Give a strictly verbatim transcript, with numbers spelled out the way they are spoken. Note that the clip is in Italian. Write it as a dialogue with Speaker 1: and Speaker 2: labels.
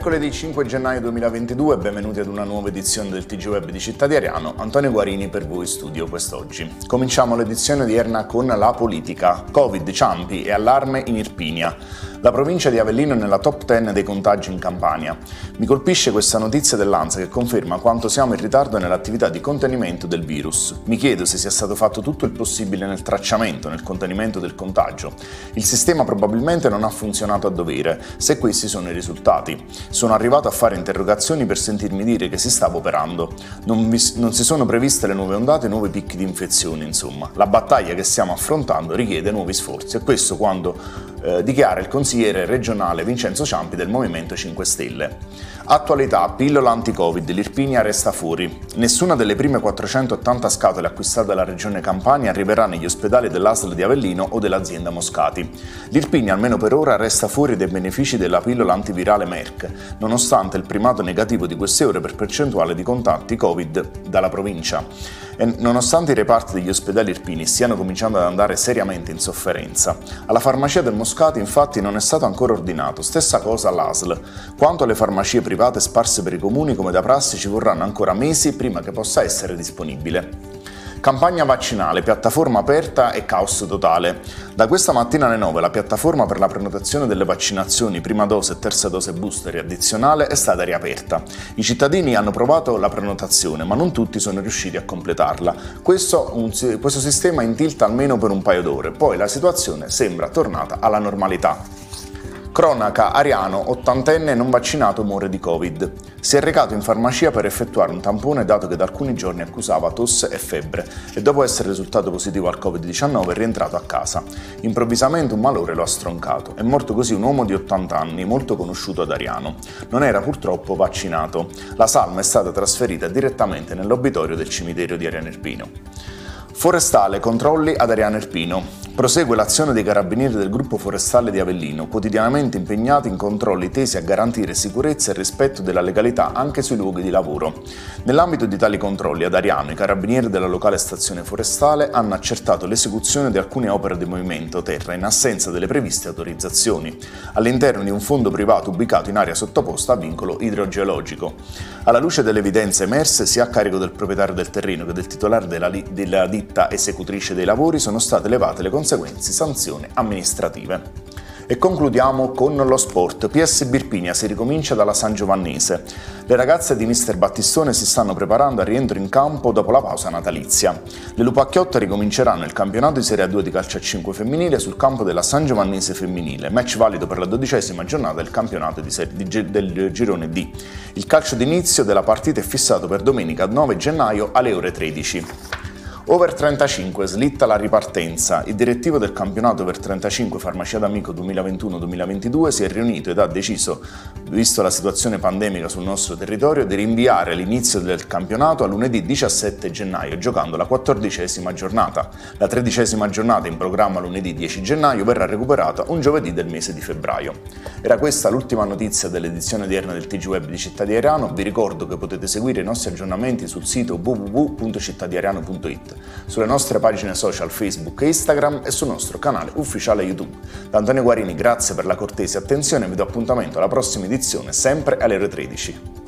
Speaker 1: Mercoledì cinque gennaio duemilaventidue, benvenuti ad una nuova edizione del T G Web di Città di Ariano. Antonio Guarini per voi studio quest'oggi. Cominciamo l'edizione odierna con la politica. Covid, ciampi e allarme in Irpinia. La provincia di Avellino è nella top dieci dei contagi in Campania. Mi colpisce questa notizia dell'ANSA che conferma quanto siamo in ritardo nell'attività di contenimento del virus. Mi chiedo se sia stato fatto tutto il possibile nel tracciamento, nel contenimento del contagio. Il sistema probabilmente non ha funzionato a dovere, se questi sono i risultati. Sono arrivato a fare interrogazioni per sentirmi dire che si stava operando. Non, vi, non si sono previste le nuove ondate e nuovi picchi di infezioni, insomma. La battaglia che stiamo affrontando richiede nuovi sforzi e questo quando eh, dichiara il consigliere regionale Vincenzo Ciampi del Movimento cinque Stelle. Attualità, pillola anti-Covid, l'Irpinia resta fuori. Nessuna delle prime quattrocentottanta scatole acquistate dalla regione Campania arriverà negli ospedali dell'A S L di Avellino o dell'azienda Moscati. L'Irpinia, almeno per ora, resta fuori dai benefici della pillola antivirale Merck, nonostante il primato negativo di queste ore per percentuale di contatti Covid dalla provincia. E nonostante i reparti degli ospedali irpini stiano cominciando ad andare seriamente in sofferenza, alla farmacia del Moscati infatti non è stato ancora ordinato, stessa cosa all'A S L. Quanto alle farmacie private sparse per i comuni, come da prassi, ci vorranno ancora mesi prima che possa essere disponibile. Campagna vaccinale, piattaforma aperta e caos totale. Da questa mattina alle nove la piattaforma per la prenotazione delle vaccinazioni prima dose e terza dose booster e addizionale è stata riaperta. I cittadini hanno provato la prenotazione, ma non tutti sono riusciti a completarla. Questo, un, questo sistema in tilt almeno per un paio d'ore, poi la situazione sembra tornata alla normalità. Cronaca, Ariano, ottantenne non vaccinato muore di Covid. Si è recato in farmacia per effettuare un tampone dato che da alcuni giorni accusava tosse e febbre e dopo essere risultato positivo al covid diciannove è rientrato a casa. Improvvisamente un malore lo ha stroncato. È morto così un uomo di ottanta anni, molto conosciuto ad Ariano. Non era purtroppo vaccinato. La salma è stata trasferita direttamente nell'obitorio del cimitero di Ariano Irpino. Forestale, controlli ad Ariano Irpino. Prosegue l'azione dei carabinieri del gruppo forestale di Avellino, quotidianamente impegnati in controlli tesi a garantire sicurezza e rispetto della legalità anche sui luoghi di lavoro. Nell'ambito di tali controlli ad Ariano, i carabinieri della locale stazione forestale hanno accertato l'esecuzione di alcune opere di movimento terra in assenza delle previste autorizzazioni, all'interno di un fondo privato ubicato in area sottoposta a vincolo idrogeologico. Alla luce delle evidenze emerse, sia a carico del proprietario del terreno che del titolare della, della ditta esecutrice dei lavori, sono state elevate le conseguenze sanzioni amministrative. E concludiamo con lo sport. P S B Irpinia si ricomincia dalla San Giovannese. Le ragazze di mister Battistone si stanno preparando al rientro in campo dopo la pausa natalizia. Le Lupacchiotte ricominceranno il campionato di Serie A due di calcio a cinque femminile sul campo della San Giovannese femminile, match valido per la dodicesima giornata del campionato di serie, di, del girone D. Il calcio d'inizio della partita è fissato per domenica nove gennaio alle ore tredici. Over trentacinque, slitta la ripartenza. Il direttivo del campionato Over trentacinque Farmacia d'Amico duemilaventuno duemilaventidue si è riunito ed ha deciso, visto la situazione pandemica sul nostro territorio, di rinviare l'inizio del campionato a lunedì diciassette gennaio, giocando la quattordicesima giornata. La tredicesima giornata, in programma lunedì dieci gennaio, verrà recuperata un giovedì del mese di febbraio. Era questa l'ultima notizia dell'edizione odierna del T G Web di Città di Ariano. Vi ricordo che potete seguire i nostri aggiornamenti sul sito w w w punto cittadiariano punto i t, sulle nostre pagine social Facebook e Instagram e sul nostro canale ufficiale YouTube. Da Antonio Guarini grazie per la cortese attenzione e vi do appuntamento alla prossima edizione sempre alle ore tredici.